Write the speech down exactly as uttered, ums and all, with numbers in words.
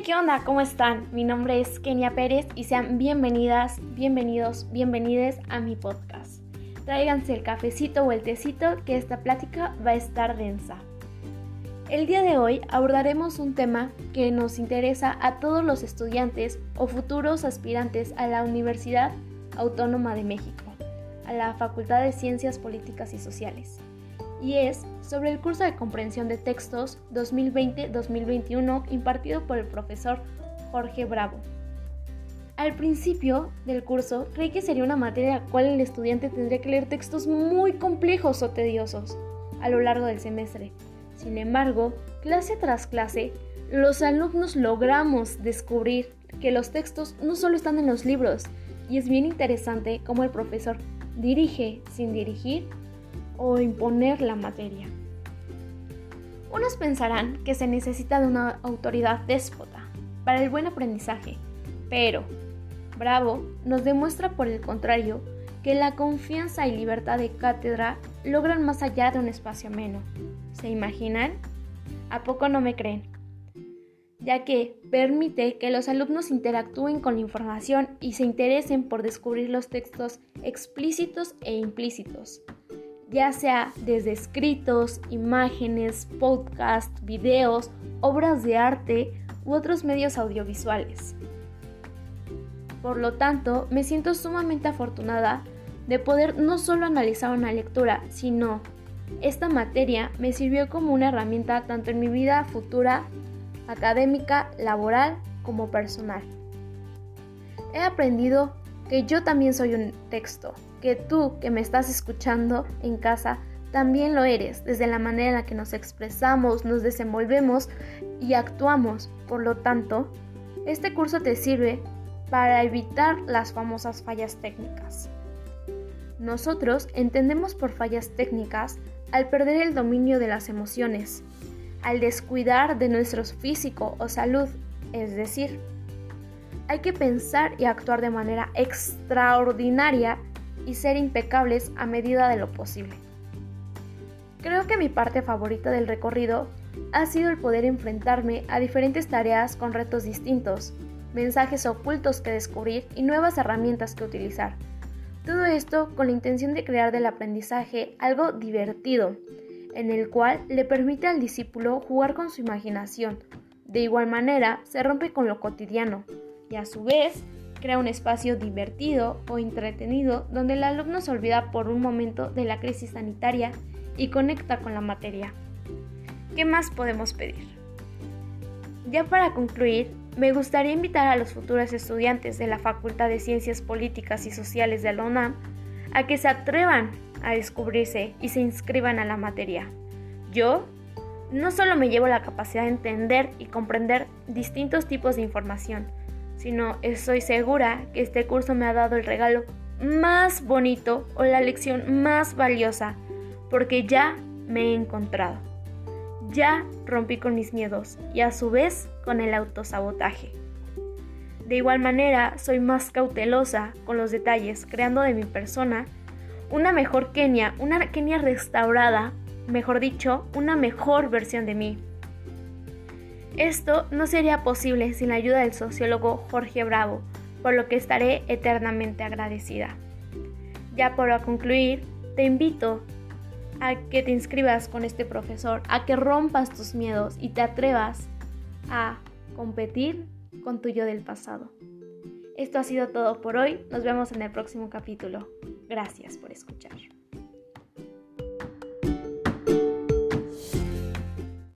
¿Qué onda? ¿Cómo están? Mi nombre es Kenia Pérez y sean bienvenidas, bienvenidos, bienvenides a mi podcast. Tráiganse el cafecito o el tecito que esta plática va a estar densa. El día de hoy abordaremos un tema que nos interesa a todos los estudiantes o futuros aspirantes a la Universidad Autónoma de México, a la Facultad de Ciencias Políticas y Sociales, y es sobre el curso de comprensión de textos dos mil veinte dos mil veintiuno impartido por el profesor Jorge Bravo. Al principio del curso creí que sería una materia en la cual el estudiante tendría que leer textos muy complejos o tediosos a lo largo del semestre. Sin embargo, clase tras clase, los alumnos logramos descubrir que los textos no solo están en los libros, y es bien interesante cómo el profesor dirige sin dirigir o imponer la materia. Unos pensarán que se necesita de una autoridad déspota para el buen aprendizaje, pero Bravo nos demuestra por el contrario que la confianza y libertad de cátedra logran más allá de un espacio ameno. ¿Se imaginan? ¿A poco no me creen? Ya que permite que los alumnos interactúen con la información y se interesen por descubrir los textos explícitos e implícitos, ya sea desde escritos, imágenes, podcasts, videos, obras de arte u otros medios audiovisuales. Por lo tanto, me siento sumamente afortunada de poder no solo analizar una lectura, sino esta materia me sirvió como una herramienta tanto en mi vida futura, académica, laboral como personal. He aprendido que yo también soy un texto, que tú que me estás escuchando en casa también lo eres, desde la manera en la que nos expresamos, nos desenvolvemos y actuamos. Por lo tanto, este curso te sirve para evitar las famosas fallas técnicas. Nosotros entendemos por fallas técnicas al perder el dominio de las emociones, al descuidar de nuestro físico o salud, es decir, hay que pensar y actuar de manera extraordinaria y ser impecables a medida de lo posible. Creo que mi parte favorita del recorrido ha sido el poder enfrentarme a diferentes tareas con retos distintos, mensajes ocultos que descubrir y nuevas herramientas que utilizar. Todo esto con la intención de crear del aprendizaje algo divertido, en el cual le permite al discípulo jugar con su imaginación. De igual manera, se rompe con lo cotidiano y a su vez crea un espacio divertido o entretenido donde el alumno se olvida por un momento de la crisis sanitaria y conecta con la materia. ¿Qué más podemos pedir? Ya para concluir, me gustaría invitar a los futuros estudiantes de la Facultad de Ciencias Políticas y Sociales de la UNAM a que se atrevan a descubrirse y se inscriban a la materia. Yo no solo me llevo la capacidad de entender y comprender distintos tipos de información, sino estoy segura que este curso me ha dado el regalo más bonito o la lección más valiosa, porque ya me he encontrado. Ya rompí con mis miedos y a su vez con el autosabotaje. De igual manera, soy más cautelosa con los detalles, creando de mi persona una mejor Kenia, una Kenia restaurada, mejor dicho, una mejor versión de mí. Esto no sería posible sin la ayuda del sociólogo Jorge Bravo, por lo que estaré eternamente agradecida. Ya para concluir, te invito a que te inscribas con este profesor, a que rompas tus miedos y te atrevas a competir con tu yo del pasado. Esto ha sido todo por hoy, nos vemos en el próximo capítulo. Gracias por escuchar.